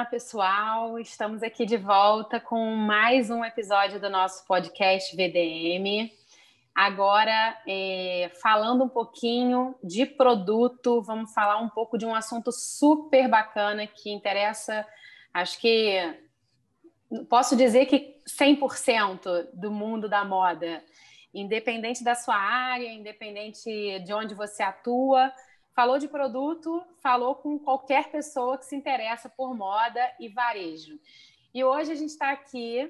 pessoal! Estamos aqui de volta com mais um episódio do nosso podcast VDM. Agora, falando um pouquinho de produto, vamos falar um pouco de um assunto super bacana que interessa, acho que posso dizer que 100% do mundo da moda, independente da sua área, independente de onde você atua. Falou de produto, falou com qualquer pessoa que se interessa por moda e varejo. E hoje a gente está aqui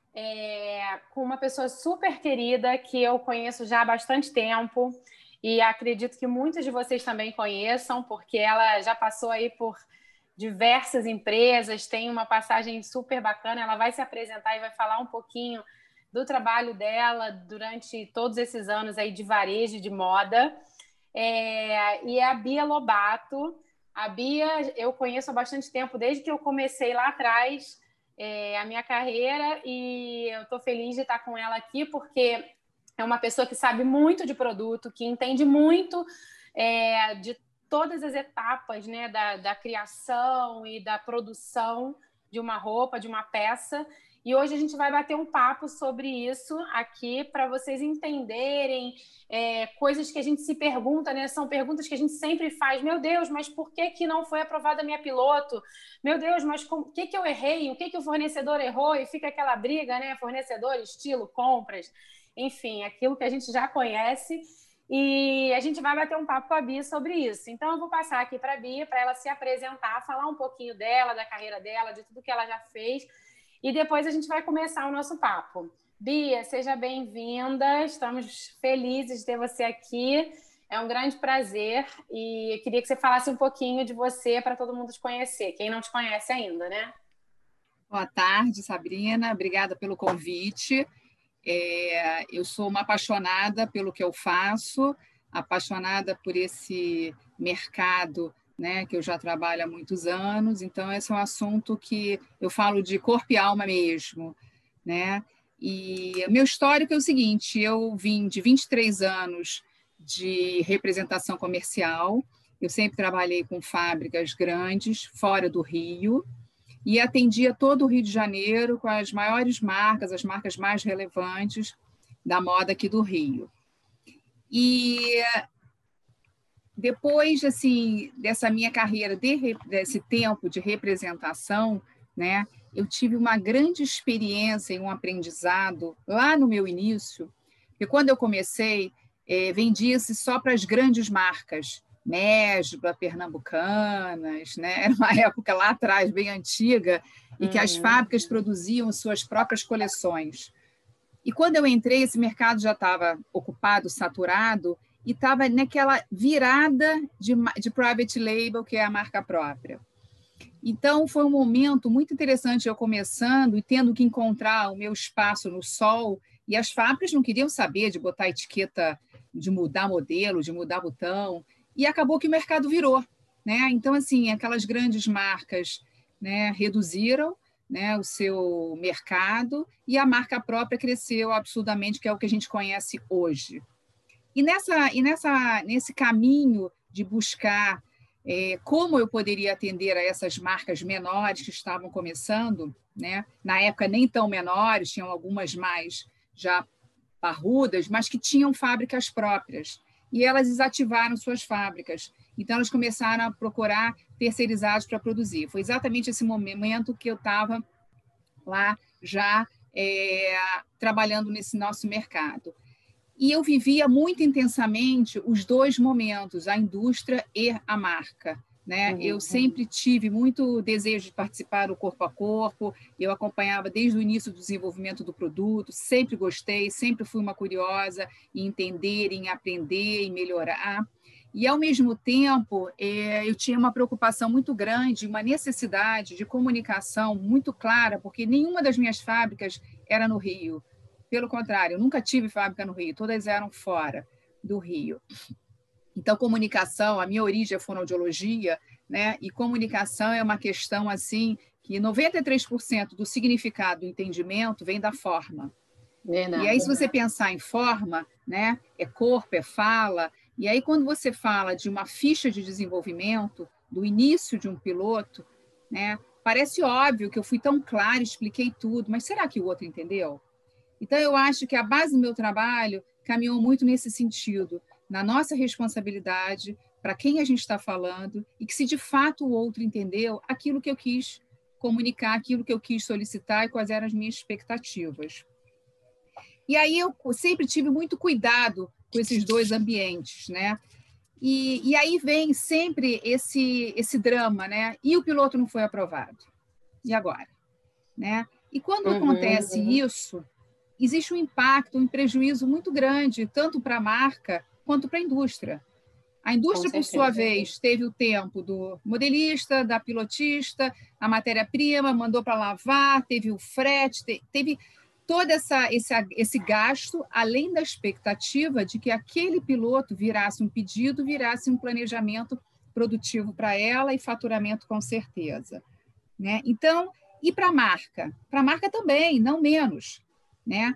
com uma pessoa super querida que eu conheço já há bastante tempo e acredito que muitos de vocês também conheçam, porque ela já passou aí por diversas empresas, tem uma passagem super bacana. Ela vai se apresentar e vai falar um pouquinho do trabalho dela durante todos esses anos aí de varejo, de moda. E é a Bia Lobato. A Bia eu conheço há bastante tempo, desde que eu comecei lá atrás a minha carreira, e eu estou feliz de estar com ela aqui, porque é uma pessoa que sabe muito de produto, que entende muito de todas as etapas, né, da criação e da produção de uma roupa, de uma peça. E hoje a gente vai bater um papo sobre isso aqui para vocês entenderem coisas que a gente se pergunta, né? São perguntas que a gente sempre faz. Meu Deus, mas por que não foi aprovada a minha piloto? Meu Deus, mas o que eu errei? O que o fornecedor errou? E fica aquela briga, né? Fornecedor, estilo, compras, enfim, aquilo que a gente já conhece. E a gente vai bater um papo com a Bia sobre isso. Então, eu vou passar aqui para a Bia, para ela se apresentar, falar um pouquinho dela, da carreira dela, de tudo que ela já fez. E depois a gente vai começar o nosso papo. Bia, seja bem-vinda. Estamos felizes de ter você aqui. É um grande prazer. E eu queria que você falasse um pouquinho de você para todo mundo te conhecer. Quem não te conhece ainda, né? Boa tarde, Sabrina. Obrigada pelo convite. Eu sou uma apaixonada pelo que eu faço, apaixonada por esse mercado, né, que eu já trabalho há muitos anos. Então, esse é um assunto que eu falo de corpo e alma mesmo, né? E o meu histórico é o seguinte: eu vim de 23 anos de representação comercial. Eu sempre trabalhei com fábricas grandes, fora do Rio, e atendia todo o Rio de Janeiro com as maiores marcas, as marcas mais relevantes da moda aqui do Rio. E depois, assim, dessa minha carreira, desse tempo de representação, né, eu tive uma grande experiência e um aprendizado lá no meu início, porque quando eu comecei, vendia-se só para as grandes marcas, Mesbla, Pernambucanas, né? Era uma época lá atrás, bem antiga, e que as fábricas produziam suas próprias coleções. E quando eu entrei, esse mercado já estava ocupado, saturado, e estava naquela virada de private label, que é a marca própria. Então, foi um momento muito interessante eu começando e tendo que encontrar o meu espaço no sol, e as fábricas não queriam saber de botar etiqueta, de mudar modelo, de mudar botão, e acabou que o mercado virou, né? Então, assim, aquelas grandes marcas, né, reduziram, né, o seu mercado, e a marca própria cresceu absurdamente, que é o que a gente conhece hoje. E nesse caminho de buscar como eu poderia atender a essas marcas menores que estavam começando, né? Na época nem tão menores, tinham algumas mais já parrudas, mas que tinham fábricas próprias. E elas desativaram suas fábricas. Então, elas começaram a procurar terceirizados para produzir. Foi exatamente esse momento que eu estava lá já trabalhando nesse nosso mercado. E eu vivia muito intensamente os dois momentos, a indústria e a marca, né? Eu sempre tive muito desejo de participar do corpo a corpo, eu acompanhava desde o início do desenvolvimento do produto, sempre gostei, sempre fui uma curiosa em entender, em aprender, em melhorar. E, ao mesmo tempo, eu tinha uma preocupação muito grande, uma necessidade de comunicação muito clara, porque nenhuma das minhas fábricas era no Rio. Pelo contrário, eu nunca tive fábrica no Rio, todas eram fora do Rio. Então, comunicação, a minha origem é fonoaudiologia, né? E comunicação é uma questão assim que 93% do significado do entendimento vem da forma. Verdade. E aí, se você pensar em forma, né? É corpo, é fala. E aí, quando você fala de uma ficha de desenvolvimento, do início de um piloto, né? parece óbvio que eu fui tão clara, expliquei tudo, mas será que o outro entendeu? Então, eu acho que a base do meu trabalho caminhou muito nesse sentido, na nossa responsabilidade, para quem a gente está falando, e que se de fato o outro entendeu aquilo que eu quis comunicar, aquilo que eu quis solicitar e quais eram as minhas expectativas. E aí eu sempre tive muito cuidado com esses dois ambientes, né? E aí vem sempre esse drama, né? E o piloto não foi aprovado. E agora? Né? E quando acontece isso, existe um impacto, um prejuízo muito grande, tanto para a marca quanto para a indústria. A indústria, por sua vez, teve o tempo do modelista, da pilotista, a matéria-prima, mandou para lavar, teve o frete, teve todo esse gasto, além da expectativa de que aquele piloto virasse um pedido, virasse um planejamento produtivo para ela e faturamento com certeza. Né? Então, e para a marca? Para a marca também, não menos. Né?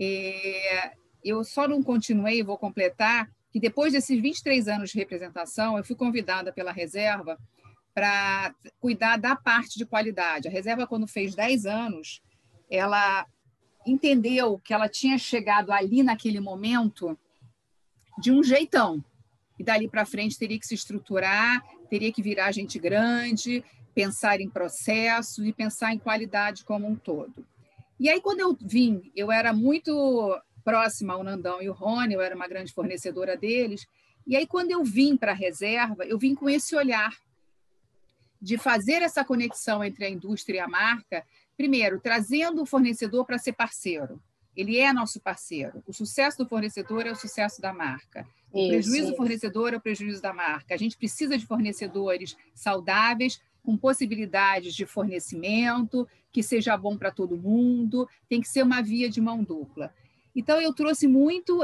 Eu só não continuei, vou completar, que depois desses 23 anos de representação, eu fui convidada pela Reserva para cuidar da parte de qualidade. A Reserva, quando fez 10 anos, ela entendeu que ela tinha chegado ali naquele momento de um jeitão. E dali para frente teria que se estruturar, teria que virar gente grande, pensar em processo e pensar em qualidade como um todo. E aí, quando eu vim, eu era muito próxima ao Nandão e o Rony, eu era uma grande fornecedora deles, e aí, quando eu vim para a Reserva, eu vim com esse olhar de fazer essa conexão entre a indústria e a marca, primeiro, trazendo o fornecedor para ser parceiro. Ele é nosso parceiro. O sucesso do fornecedor é o sucesso da marca. O prejuízo do fornecedor é o prejuízo da marca. A gente precisa de fornecedores saudáveis, com possibilidades de fornecimento, que seja bom para todo mundo, tem que ser uma via de mão dupla. Então, eu trouxe muito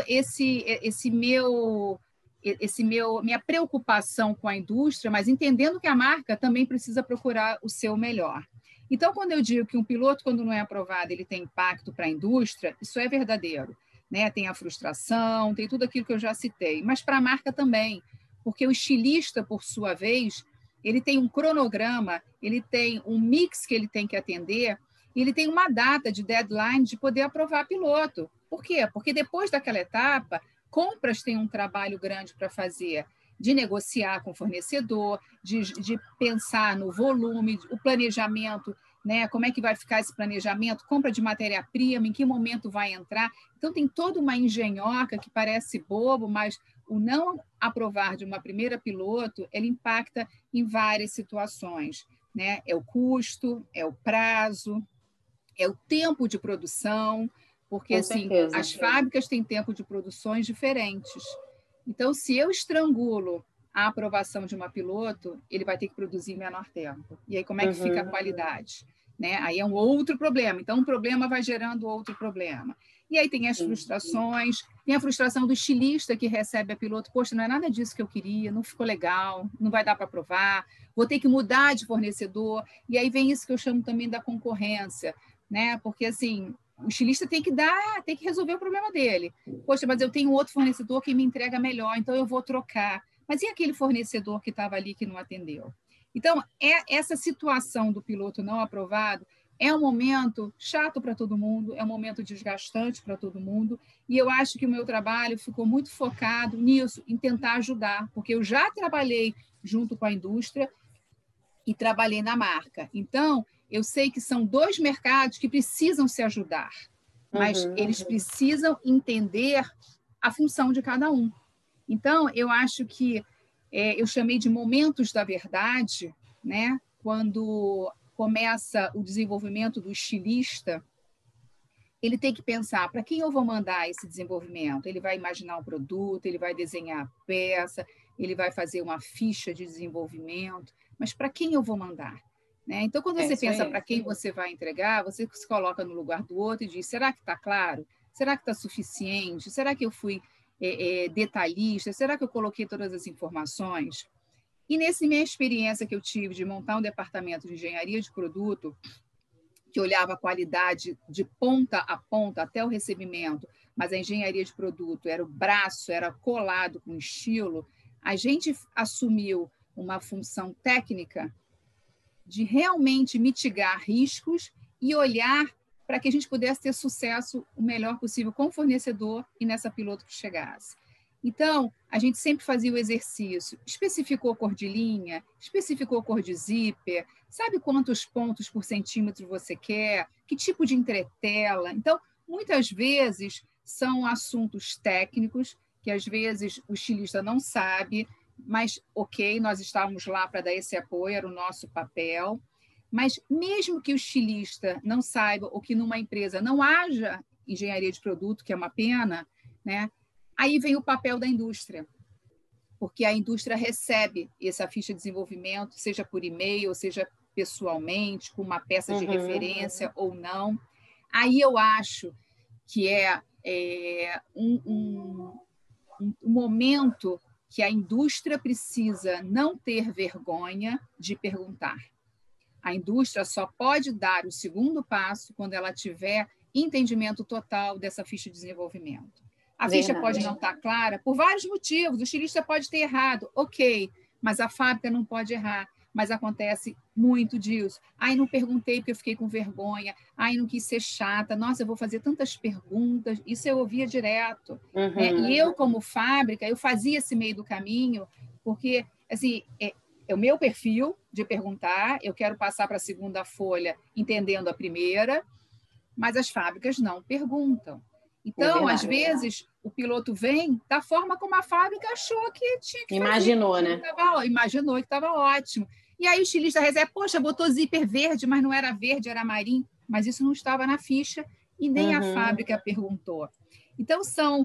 minha preocupação com a indústria, mas entendendo que a marca também precisa procurar o seu melhor. Então, quando eu digo que um piloto, quando não é aprovado, ele tem impacto para a indústria, isso é verdadeiro. Né? Tem a frustração, tem tudo aquilo que eu já citei, mas para a marca também, porque o estilista, por sua vez, ele tem um cronograma, ele tem um mix que ele tem que atender, e ele tem uma data de deadline de poder aprovar piloto. Por quê? Porque depois daquela etapa, compras têm um trabalho grande para fazer, de negociar com o fornecedor, de pensar no volume, o planejamento, né? Como é que vai ficar esse planejamento, compra de matéria-prima, em que momento vai entrar. Então, tem toda uma engenhoca que parece bobo, mas o não aprovar de uma primeira piloto, ele impacta em várias situações. Né? É o custo, é o prazo, é o tempo de produção, porque assim, as fábricas têm tempo de produções diferentes. Então, se eu estrangulo a aprovação de uma piloto, ele vai ter que produzir em menor tempo. E aí, como é que fica a qualidade? Né? Aí é um outro problema. Então, um problema vai gerando outro problema. E aí tem as frustrações, tem a frustração do estilista que recebe a piloto. Poxa, não é nada disso que eu queria, não ficou legal, não vai dar para aprovar, vou ter que mudar de fornecedor. E aí vem isso que eu chamo também da concorrência, né? Porque, assim, o estilista tem que resolver o problema dele. Poxa, mas eu tenho outro fornecedor que me entrega melhor, então eu vou trocar. Mas e aquele fornecedor que estava ali que não atendeu? Então, essa situação do piloto não aprovado é um momento chato para todo mundo, é um momento desgastante para todo mundo, e eu acho que o meu trabalho ficou muito focado nisso, em tentar ajudar, porque eu já trabalhei junto com a indústria e trabalhei na marca. Então, eu sei que são dois mercados que precisam se ajudar, mas eles precisam entender a função de cada um. Então, eu acho que eu chamei de momentos da verdade, né? Quando começa o desenvolvimento do estilista, ele tem que pensar para quem eu vou mandar esse desenvolvimento. Ele vai imaginar um produto, ele vai desenhar a peça, ele vai fazer uma ficha de desenvolvimento, mas para quem eu vou mandar? Né? Então, quando você pensa para quem você vai entregar, você se coloca no lugar do outro e diz, será que está claro? Será que está suficiente? Será que eu fui detalhista? Será que eu coloquei todas as informações? E nessa minha experiência que eu tive de montar um departamento de engenharia de produto, que olhava a qualidade de ponta a ponta até o recebimento, mas a engenharia de produto era o braço, era colado com estilo, a gente assumiu uma função técnica de realmente mitigar riscos e olhar para que a gente pudesse ter sucesso o melhor possível com o fornecedor e nessa piloto que chegasse. Então, a gente sempre fazia o exercício, especificou cor de linha, especificou cor de zíper, sabe quantos pontos por centímetro você quer, que tipo de entretela. Então, muitas vezes são assuntos técnicos que às vezes o estilista não sabe, mas ok, nós estávamos lá para dar esse apoio, era o nosso papel. Mas mesmo que o estilista não saiba ou que numa empresa não haja engenharia de produto, que é uma pena, né? Aí vem o papel da indústria, porque a indústria recebe essa ficha de desenvolvimento, seja por e-mail, seja pessoalmente, com uma peça de referência ou não. Aí eu acho que um momento que a indústria precisa não ter vergonha de perguntar. A indústria só pode dar o segundo passo quando ela tiver entendimento total dessa ficha de desenvolvimento. A ficha pode não estar clara por vários motivos. O estilista pode ter errado, ok, mas a fábrica não pode errar. Mas acontece muito disso. Ai, não perguntei porque eu fiquei com vergonha. Ai, não quis ser chata. Nossa, eu vou fazer tantas perguntas. Isso eu ouvia direto. Né? E eu, como fábrica, eu fazia esse meio do caminho, porque assim, é o meu perfil de perguntar, eu quero passar para a segunda folha entendendo a primeira, mas as fábricas não perguntam. Então, às vezes, o piloto vem da forma como a fábrica achou que tinha que imaginou, fazer. Né? Imaginou que estava ótimo. E aí o estilista recebe, poxa, botou zíper verde, mas não era verde, era marinho. Mas isso não estava na ficha e nem a fábrica perguntou. Então,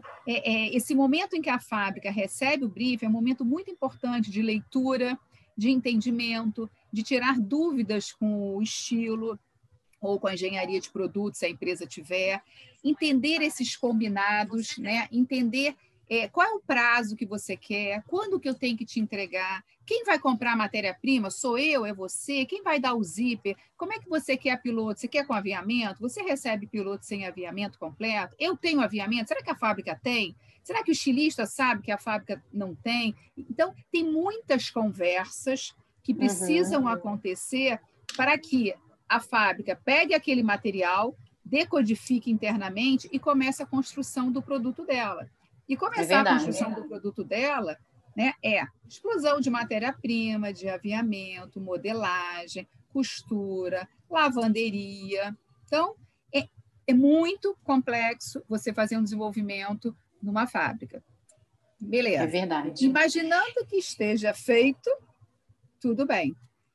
esse momento em que a fábrica recebe o briefing é um momento muito importante de leitura, de entendimento, de tirar dúvidas com o estilo ou com a engenharia de produtos, se a empresa tiver, entender esses combinados, né? Entender qual é o prazo que você quer, quando que eu tenho que te entregar, quem vai comprar a matéria-prima, sou eu, é você, quem vai dar o zíper, como é que você quer piloto, você quer com aviamento, você recebe piloto sem aviamento completo, eu tenho aviamento, será que a fábrica tem? Será que o estilista sabe que a fábrica não tem? Então, tem muitas conversas que precisam acontecer para que a fábrica pegue aquele material, decodifique internamente e comece a construção do produto dela. E começar a construção do produto dela, né, explosão de matéria-prima, de aviamento, modelagem, costura, lavanderia. Então, é muito complexo você fazer um desenvolvimento numa fábrica. Beleza. É verdade. Imaginando que esteja feito, tudo bem.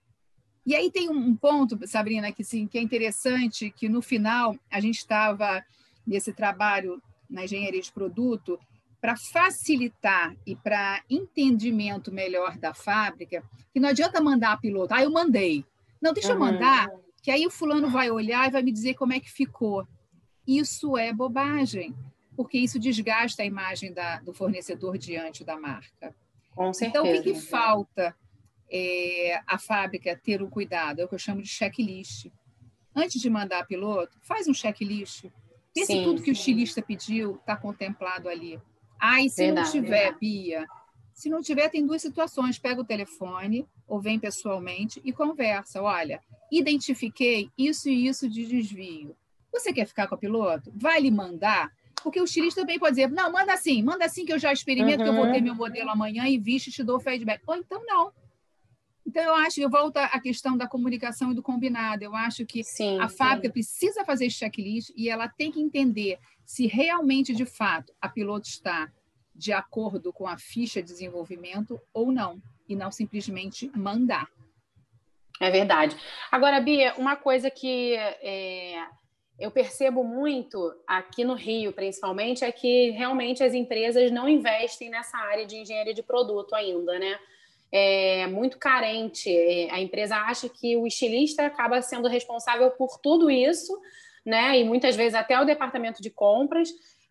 E aí tem um ponto, Sabrina, que é interessante, que no final a gente estava nesse trabalho na engenharia de produto para facilitar e para entendimento melhor da fábrica, que não adianta mandar a piloto, eu mandei. Não, deixa eu mandar, que aí o fulano vai olhar e vai me dizer como é que ficou. Isso é bobagem, porque isso desgasta a imagem do fornecedor diante da marca. Com certeza. Então, o que falta a fábrica ter um cuidado? É o que eu chamo de checklist. Antes de mandar piloto, faz um checklist. Vê se tudo que o estilista pediu está contemplado ali. E se não tiver, Bia, se não tiver, tem duas situações. Pega o telefone ou vem pessoalmente e conversa. Olha, identifiquei isso e isso de desvio. Você quer ficar com a piloto? Vai lhe mandar? Porque o estilista também pode dizer, não, manda assim que eu já experimento, que eu vou ter meu modelo amanhã e visto e te dou feedback. Ou então não. Então, eu volto à questão da comunicação e do combinado. Eu acho que a fábrica precisa fazer esse checklist e ela tem que entender se realmente, de fato, a piloto está de acordo com a ficha de desenvolvimento ou não, e não simplesmente mandar. É verdade. Agora, Bia, uma coisa que eu percebo muito aqui no Rio, principalmente, é que realmente as empresas não investem nessa área de engenharia de produto ainda, né? É muito carente. A empresa acha que o estilista acaba sendo responsável por tudo isso, né? E muitas vezes até o departamento de compras.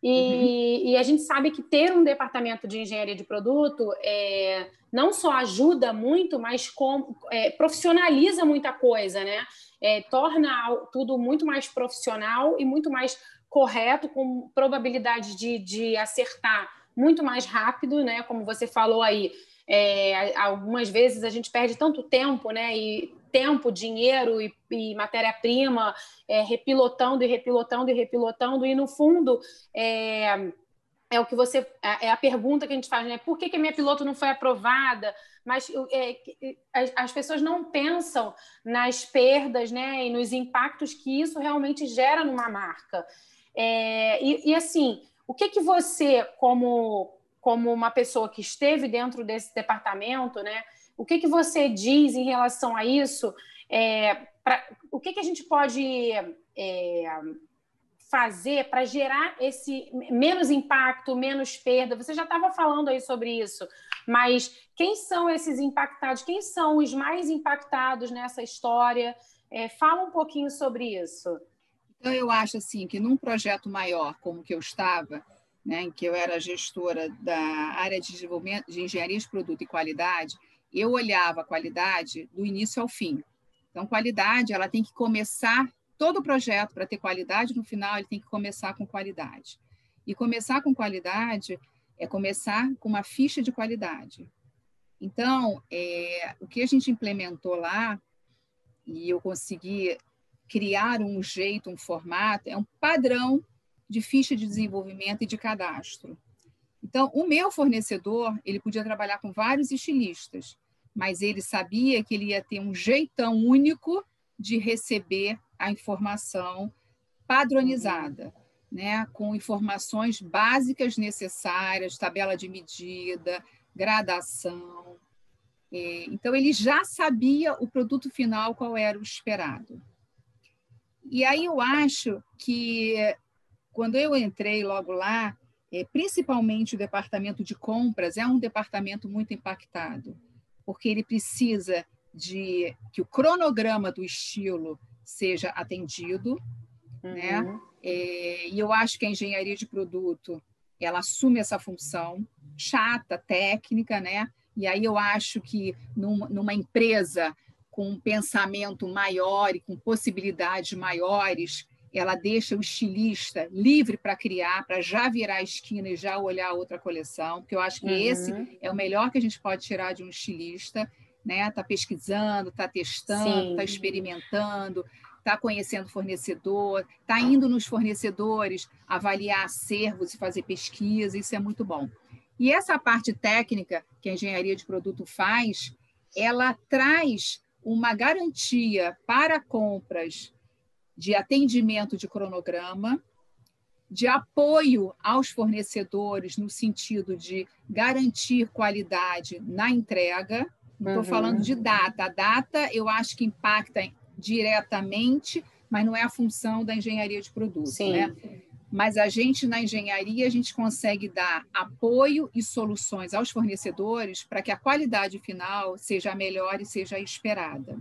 E a gente sabe que ter um departamento de engenharia de produto não só ajuda muito, mas profissionaliza muita coisa, né? Torna tudo muito mais profissional e muito mais correto, com probabilidade de acertar muito mais rápido, né? Como você falou aí, algumas vezes a gente perde tanto tempo, né? E tempo, dinheiro e matéria-prima, repilotando e repilotando e repilotando, e no fundo é o que você a pergunta que a gente faz, né? Por que a minha piloto não foi aprovada? Mas as pessoas não pensam nas perdas, né, e nos impactos que isso realmente gera numa marca. E assim, o que você, como uma pessoa que esteve dentro desse departamento, né, o que você diz em relação a isso? O que a gente pode fazer para gerar esse menos impacto, menos perda? Você já estava falando aí sobre isso, mas quem são esses impactados? Quem são os mais impactados nessa história? Fala um pouquinho sobre isso. Então, eu acho assim que num projeto maior como que eu estava, né, em que eu era gestora da área de desenvolvimento de engenharia de produto e qualidade, eu olhava a qualidade do início ao fim. Então, qualidade, ela tem que começar, todo o projeto, para ter qualidade no final, ele tem que começar com qualidade. E começar com qualidade é começar com uma ficha de qualidade. Então, o que a gente implementou lá, e eu consegui criar um jeito, um formato, é um padrão de ficha de desenvolvimento e de cadastro. Então, o meu fornecedor, ele podia trabalhar com vários estilistas, mas ele sabia que ele ia ter um jeitão único de receber a informação padronizada, né? Com informações básicas necessárias, tabela de medida, gradação. Então, ele já sabia o produto final, qual era o esperado. E aí eu acho que, quando eu entrei logo lá, principalmente o departamento de compras é um departamento muito impactado, porque ele precisa de que o cronograma do estilo seja atendido, né? E eu acho que a engenharia de produto, ela assume essa função chata, técnica, né? E aí eu acho que numa empresa com um pensamento maior e com possibilidades maiores, ela deixa o estilista livre para criar, para já virar a esquina e já olhar outra coleção, porque eu acho que esse é o melhor que a gente pode tirar de um estilista, né? Tá pesquisando, tá testando, tá experimentando, tá conhecendo fornecedor, tá indo nos fornecedores avaliar acervos e fazer pesquisa, isso é muito bom. E essa parte técnica que a engenharia de produto faz, ela traz uma garantia para compras de atendimento de cronograma, de apoio aos fornecedores no sentido de garantir qualidade na entrega. Não estou falando de data. A data eu acho que impacta diretamente, mas não é a função da engenharia de produto, né? Mas a gente, na engenharia, a gente consegue dar apoio e soluções aos fornecedores para que a qualidade final seja a melhor e seja a esperada.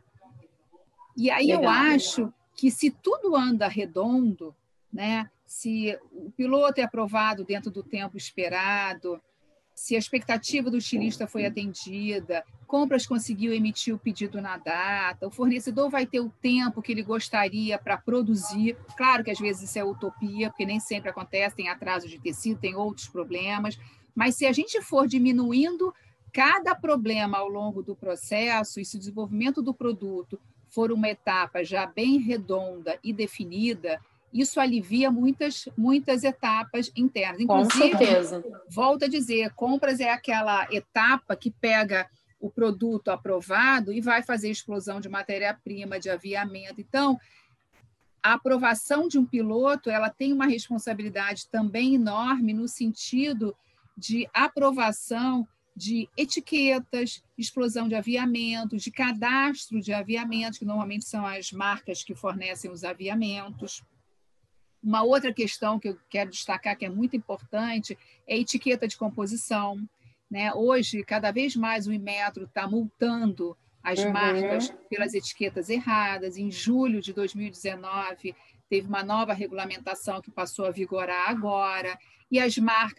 E aí eu acho que, se tudo anda redondo, né, se o piloto é aprovado dentro do tempo esperado, se a expectativa do estilista foi atendida, compras conseguiu emitir o pedido na data, o fornecedor vai ter o tempo que ele gostaria para produzir. Claro que às vezes isso é utopia, porque nem sempre acontece, tem atraso de tecido, tem outros problemas, mas se a gente for diminuindo cada problema ao longo do processo, e se o desenvolvimento do produto for uma etapa já bem redonda e definida, isso alivia muitas etapas internas. Inclusive, com certeza. Volto a dizer, compras é aquela etapa que pega o produto aprovado e vai fazer explosão de matéria-prima, de aviamento. Então, a aprovação de um piloto, ela tem uma responsabilidade também enorme no sentido de aprovação de etiquetas, explosão de aviamentos, de cadastro de aviamentos, que normalmente são as marcas que fornecem os aviamentos. Uma outra questão que eu quero destacar, que é muito importante, é a etiqueta de composição, né? Hoje, cada vez mais o Inmetro está multando as marcas pelas etiquetas erradas. Em julho de 2019, teve uma nova regulamentação que passou a vigorar agora, e as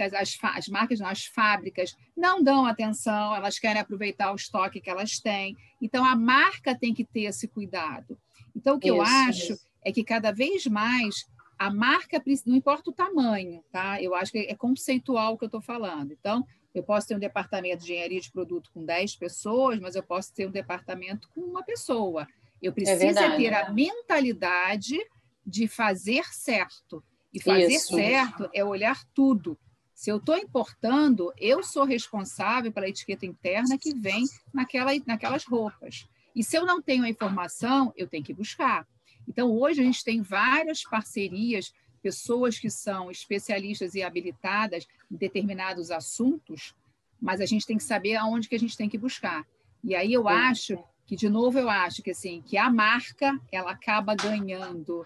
fábricas não dão atenção, elas querem aproveitar o estoque que elas têm. Então, a marca tem que ter esse cuidado. Então, o que eu acho é que cada vez mais a marca, não importa o tamanho, tá? Eu acho que é conceitual o que eu estou falando. Então, eu posso ter um departamento de engenharia de produto com 10 pessoas, mas eu posso ter um departamento com uma pessoa. Eu preciso ter a mentalidade de fazer certo. E fazer certo é olhar tudo. Se eu estou importando, eu sou responsável pela etiqueta interna que vem naquelas roupas. E se eu não tenho a informação, eu tenho que buscar. Então, hoje a gente tem várias parcerias, pessoas que são especialistas e habilitadas em determinados assuntos, mas a gente tem que saber aonde que a gente tem que buscar. E aí eu acho que, de novo, assim, que a marca ela acaba ganhando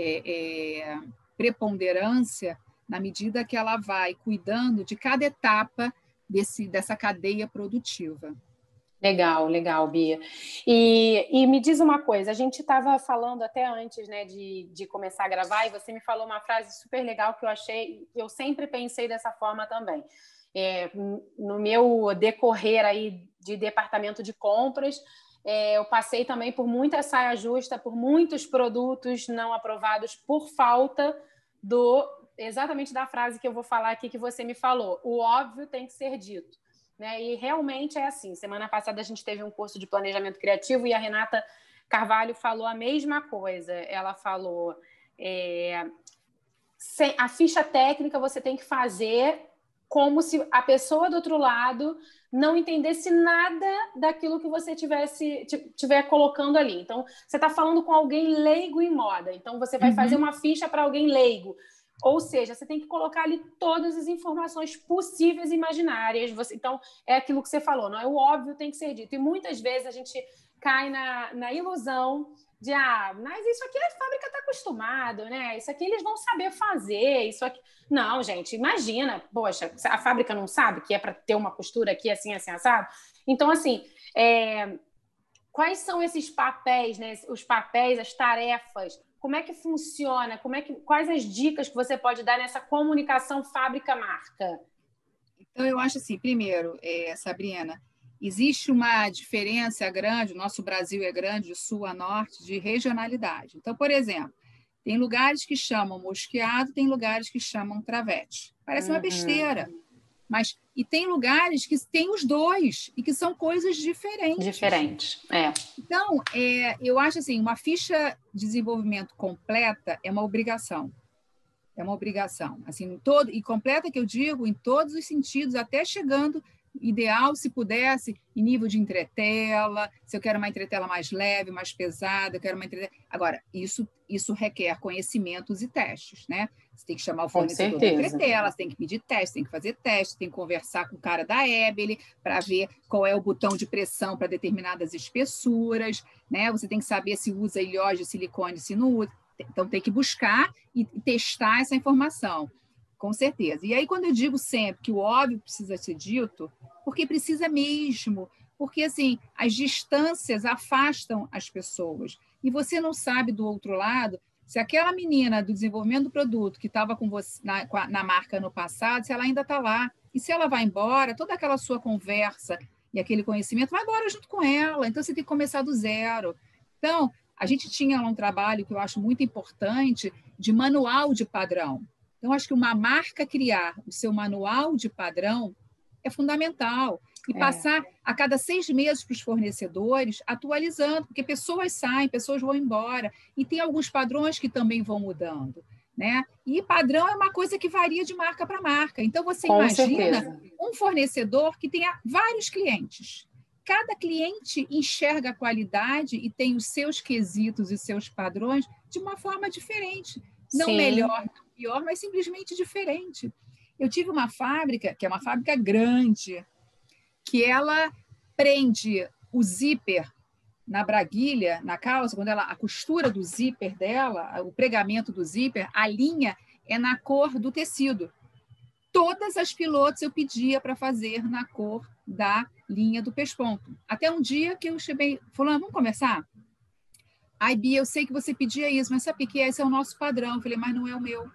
preponderância na medida que ela vai cuidando de cada etapa dessa cadeia produtiva. Legal, Bia. E me diz uma coisa, a gente estava falando até antes, né, de começar a gravar, e você me falou uma frase super legal que eu sempre pensei dessa forma também. No meu decorrer aí de departamento de compras, eu passei também por muita saia justa, por muitos produtos não aprovados por falta exatamente da frase que eu vou falar aqui que você me falou. O óbvio tem que ser dito. Né? E realmente é assim. Semana passada a gente teve um curso de planejamento criativo e a Renata Carvalho falou a mesma coisa. Ela falou a ficha técnica você tem que fazer como se a pessoa do outro lado não entendesse nada daquilo que você estiver colocando ali. Então, você está falando com alguém leigo em moda. Então, você vai fazer uma ficha para alguém leigo. Ou seja, você tem que colocar ali todas as informações possíveis e imaginárias. Então, é aquilo que você falou, não é? O óbvio tem que ser dito. E muitas vezes a gente cai na ilusão de, mas isso aqui a fábrica está acostumado, né? Isso aqui eles vão saber fazer, isso aqui... Não, gente, imagina, poxa, a fábrica não sabe que é para ter uma costura aqui assim, assim, assado? Então, assim, quais são esses papéis, né? Os papéis, as tarefas, como é que funciona? Quais as dicas que você pode dar nessa comunicação fábrica-marca? Então, eu acho assim, primeiro, Sabrina, existe uma diferença grande, o nosso Brasil é grande, de sul a norte, de regionalidade. Então, por exemplo, tem lugares que chamam mosqueado, tem lugares que chamam travete. Parece uma besteira, mas e tem lugares que tem os dois e que são coisas diferentes. Então, eu acho assim, uma ficha de desenvolvimento completa é uma obrigação. É uma obrigação, assim, e completa que eu digo em todos os sentidos, até chegando, ideal, se pudesse, em nível de entretela, se eu quero uma entretela mais leve, mais pesada, eu quero uma entretela... Agora, isso requer conhecimentos e testes, né? Você tem que chamar o fornecedor da entretela, você tem que pedir teste, tem que fazer teste, tem que conversar com o cara da Ebele para ver qual é o botão de pressão para determinadas espessuras, né? Você tem que saber se usa ilhós de silicone, se não usa. Então, tem que buscar e testar essa informação, com certeza. E aí, quando eu digo sempre que o óbvio precisa ser dito, porque precisa mesmo, porque, assim, as distâncias afastam as pessoas. E você não sabe, do outro lado, se aquela menina do desenvolvimento do produto que estava com você na marca no passado, se ela ainda está lá. E se ela vai embora, toda aquela sua conversa e aquele conhecimento vai embora junto com ela. Então, você tem que começar do zero. Então, a gente tinha um trabalho que eu acho muito importante de manual de padrão. Então, acho que uma marca criar o seu manual de padrão é fundamental. E passar a cada 6 meses para os fornecedores, atualizando, porque pessoas saem, pessoas vão embora. E tem alguns padrões que também vão mudando. Né? E padrão é uma coisa que varia de marca para marca. Então, você imagina um fornecedor que tenha vários clientes. Cada cliente enxerga a qualidade e tem os seus quesitos e seus padrões de uma forma diferente. Não melhor, não pior, mas simplesmente diferente. Eu tive uma fábrica, que é uma fábrica grande, que ela prende o zíper na braguilha, na calça, quando a costura do zíper dela, o pregamento do zíper, a linha é na cor do tecido. Todas as pilotos eu pedia para fazer na cor da linha do pesponto. Até um dia que eu chamei, falando, vamos conversar? Ai, Bia, eu sei que você pedia isso, mas sabe o que é? Esse é o nosso padrão. Eu falei, mas não é o meu.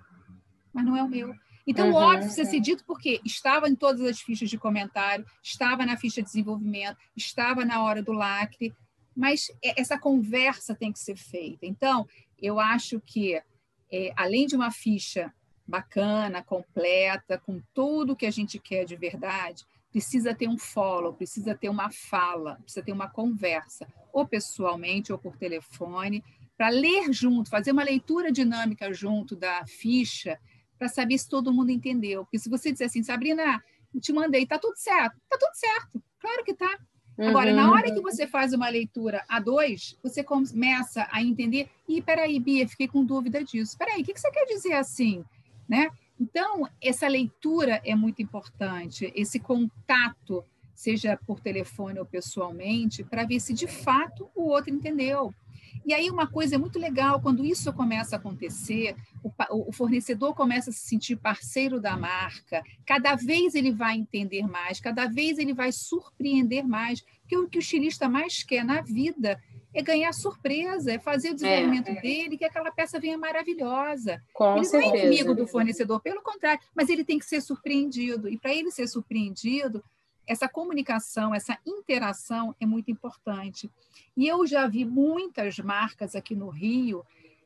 Então, óbvio, precisa ser dito porque estava em todas as fichas de comentário, estava na ficha de desenvolvimento, estava na hora do lacre, mas essa conversa tem que ser feita. Então, eu acho que, além de uma ficha bacana, completa, com tudo que a gente quer de verdade, precisa ter um follow, precisa ter uma fala, precisa ter uma conversa, ou pessoalmente ou por telefone, para ler junto, fazer uma leitura dinâmica junto da ficha, para saber se todo mundo entendeu. Porque se você disser assim, Sabrina, eu te mandei, está tudo certo. Está tudo certo, claro que está. Agora, na hora que você faz uma leitura a dois, você começa a entender, peraí, Bia, fiquei com dúvida disso. Peraí, o que você quer dizer assim? Né? Então, essa leitura é muito importante, esse contato, seja por telefone ou pessoalmente, para ver se de fato o outro entendeu. E aí uma coisa muito legal, quando isso começa a acontecer, o fornecedor começa a se sentir parceiro da marca, cada vez ele vai entender mais, cada vez ele vai surpreender mais, porque o que o estilista mais quer na vida é ganhar surpresa, é fazer o desenvolvimento dele, que aquela peça venha maravilhosa. Com ele certeza. Não é inimigo do fornecedor, pelo contrário, mas ele tem que ser surpreendido. E para ele ser surpreendido, essa comunicação, essa interação é muito importante. E eu já vi muitas marcas aqui no Rio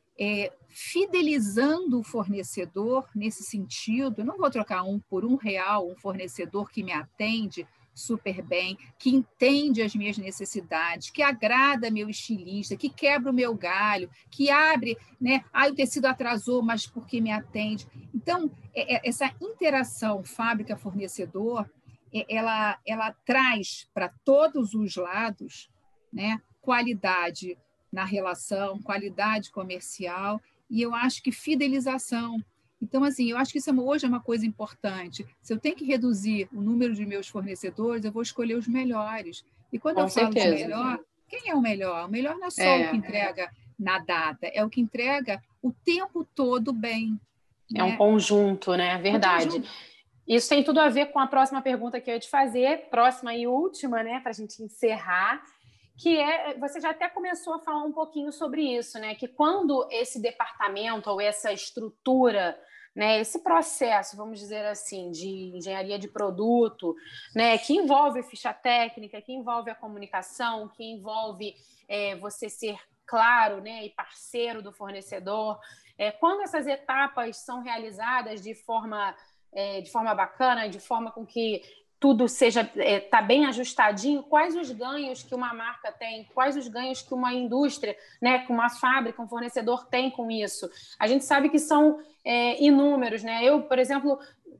fidelizando o fornecedor nesse sentido. Eu não vou trocar por R$1 um fornecedor que me atende super bem, que entende as minhas necessidades, que agrada meu estilista, que quebra o meu galho, que abre, né? O tecido atrasou, mas porque me atende. Então, essa interação fábrica-fornecedor, ela traz para todos os lados, né, qualidade na relação, qualidade comercial, e eu acho que fidelização. Então, assim, eu acho que isso hoje é uma coisa importante. Se eu tenho que reduzir o número de meus fornecedores, eu vou escolher os melhores. E quando eu falo de melhor, quem é o melhor? O melhor não é só o que entrega na data, é o que entrega o tempo todo bem. É um conjunto, né? Verdade. Isso tem tudo a ver com a próxima pergunta que eu ia te fazer, próxima e última, né, para a gente encerrar, que você já até começou a falar um pouquinho sobre isso, né, que quando esse departamento ou essa estrutura, né, esse processo, vamos dizer assim, de engenharia de produto, né, que envolve ficha técnica, que envolve a comunicação, que envolve você ser claro, né, e parceiro do fornecedor, quando essas etapas são realizadas de forma bacana, de forma com que tudo seja tá bem ajustadinho, quais os ganhos que uma marca tem, quais os ganhos que uma indústria, né, que uma fábrica, um fornecedor tem com isso. A gente sabe que são inúmeros, né? Eu, por exemplo,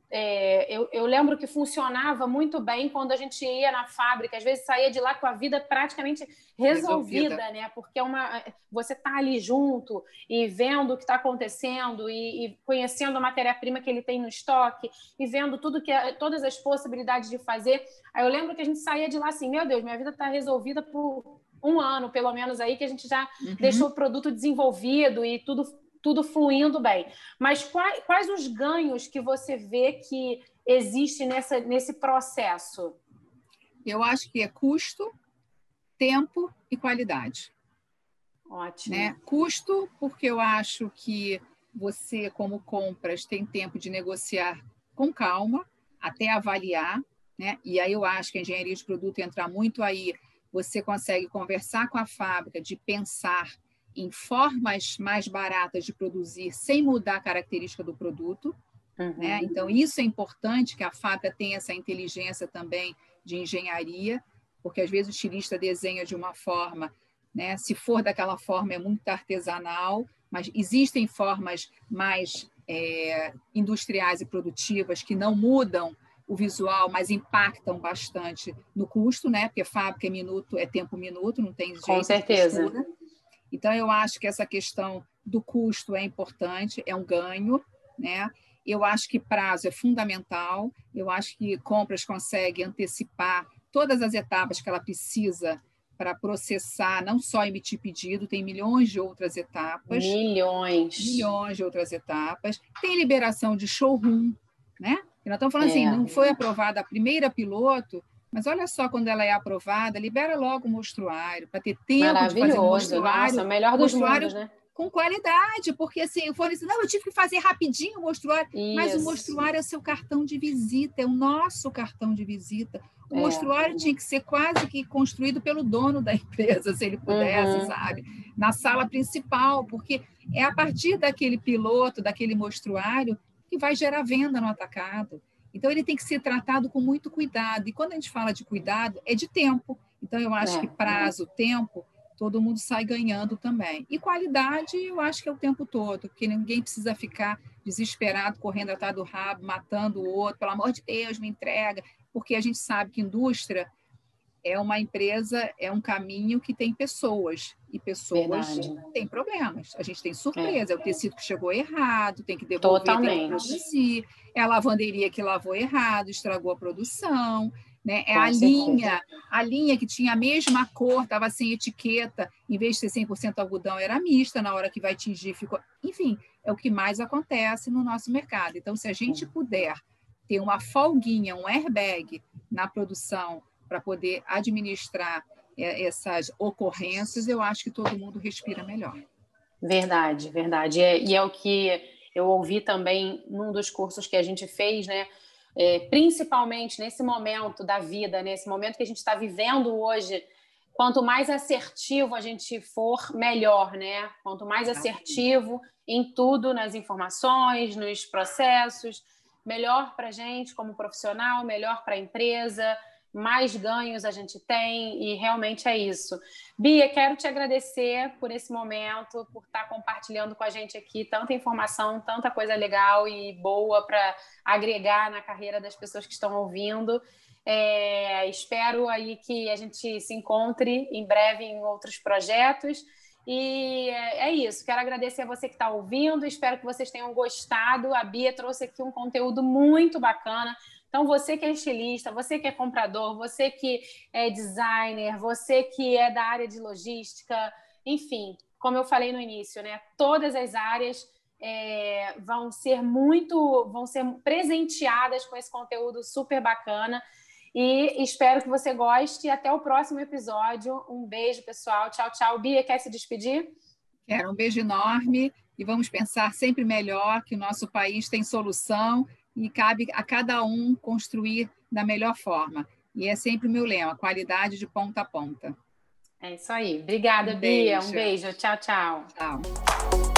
eu lembro que funcionava muito bem quando a gente ia na fábrica, às vezes saía de lá com a vida praticamente resolvida. Né? Porque você está ali junto e vendo o que está acontecendo e conhecendo a matéria-prima que ele tem no estoque e vendo todas as possibilidades de fazer. Aí eu lembro que a gente saía de lá assim, meu Deus, minha vida está resolvida por um ano, pelo menos aí, que a gente já deixou o produto desenvolvido e tudo fluindo bem. Mas quais os ganhos que você vê que existe nesse processo? Eu acho que é custo, tempo e qualidade. Ótimo. Né? Custo, porque eu acho que você, como compras, tem tempo de negociar com calma, até avaliar, né? E aí eu acho que a engenharia de produto entra muito aí, você consegue conversar com a fábrica, de pensar em formas mais baratas de produzir sem mudar a característica do produto. Né? Então, isso é importante, que a fábrica tenha essa inteligência também de engenharia, porque às vezes o estilista desenha de uma forma, né? Se for daquela forma é muito artesanal, mas existem formas mais industriais e produtivas que não mudam o visual, mas impactam bastante no custo, né? Porque fábrica é tempo minuto, não tem jeito. Com certeza. De costura. Então, eu acho que essa questão do custo é importante, é um ganho, né? Eu acho que prazo é fundamental, eu acho que compras consegue antecipar todas as etapas que ela precisa para processar, não só emitir pedido, tem milhões de outras etapas. Milhões de outras etapas. Tem liberação de showroom, né? E nós estamos falando assim, não foi aprovada a primeira piloto, mas olha só, quando ela é aprovada, libera logo o mostruário, para ter tempo de fazer o mostruário. Nossa, o melhor dos mundos, né? Com qualidade, porque assim, o fornecedor, não, eu tive que fazer rapidinho o mostruário, mas o mostruário é o seu cartão de visita, é o nosso cartão de visita. O mostruário tinha que ser quase que construído pelo dono da empresa, se ele pudesse, sabe? Na sala principal, porque é a partir daquele piloto, daquele mostruário, que vai gerar venda no atacado. Então, ele tem que ser tratado com muito cuidado. E quando a gente fala de cuidado, é de tempo. Então, eu acho que prazo, tempo, todo mundo sai ganhando também. E qualidade, eu acho que é o tempo todo, porque ninguém precisa ficar desesperado, correndo atrás do rabo, matando o outro. Pelo amor de Deus, me entrega. Porque a gente sabe que indústria é uma empresa, é um caminho que tem pessoas, e pessoas têm problemas. A gente tem surpresa, é o tecido que chegou errado, tem que devolver, tem que produzir, é a lavanderia que lavou errado, estragou a produção, né? É a linha que tinha a mesma cor, estava sem etiqueta, em vez de ser 100% algodão, era mista, na hora que vai tingir, ficou... Enfim, é o que mais acontece no nosso mercado. Então, se a gente puder ter uma folguinha, um airbag na produção, para poder administrar essas ocorrências, eu acho que todo mundo respira melhor. Verdade, verdade. E é o que eu ouvi também num dos cursos que a gente fez, né? Principalmente nesse momento da vida, nesse momento que a gente está vivendo hoje, quanto mais assertivo a gente for, melhor, né? Quanto mais assertivo em tudo, nas informações, nos processos, melhor para a gente como profissional, melhor para a empresa, mais ganhos a gente tem, e realmente é isso. Bia, quero te agradecer por esse momento, por estar compartilhando com a gente aqui tanta informação, tanta coisa legal e boa para agregar na carreira das pessoas que estão ouvindo. Espero aí que a gente se encontre em breve em outros projetos. E é isso, quero agradecer a você que está ouvindo, espero que vocês tenham gostado. A Bia trouxe aqui um conteúdo muito bacana. Então, você que é estilista, você que é comprador, você que é designer, você que é da área de logística, enfim, como eu falei no início, né? Todas as áreas vão ser presenteadas com esse conteúdo super bacana. E espero que você goste. Até o próximo episódio. Um beijo, pessoal. Tchau, tchau. Bia, quer se despedir? Quero um beijo enorme e vamos pensar sempre melhor, que o nosso país tem solução e cabe a cada um construir da melhor forma. E é sempre o meu lema, qualidade de ponta a ponta. É isso aí. Obrigada, Bia. Um beijo. Tchau, tchau. Tchau.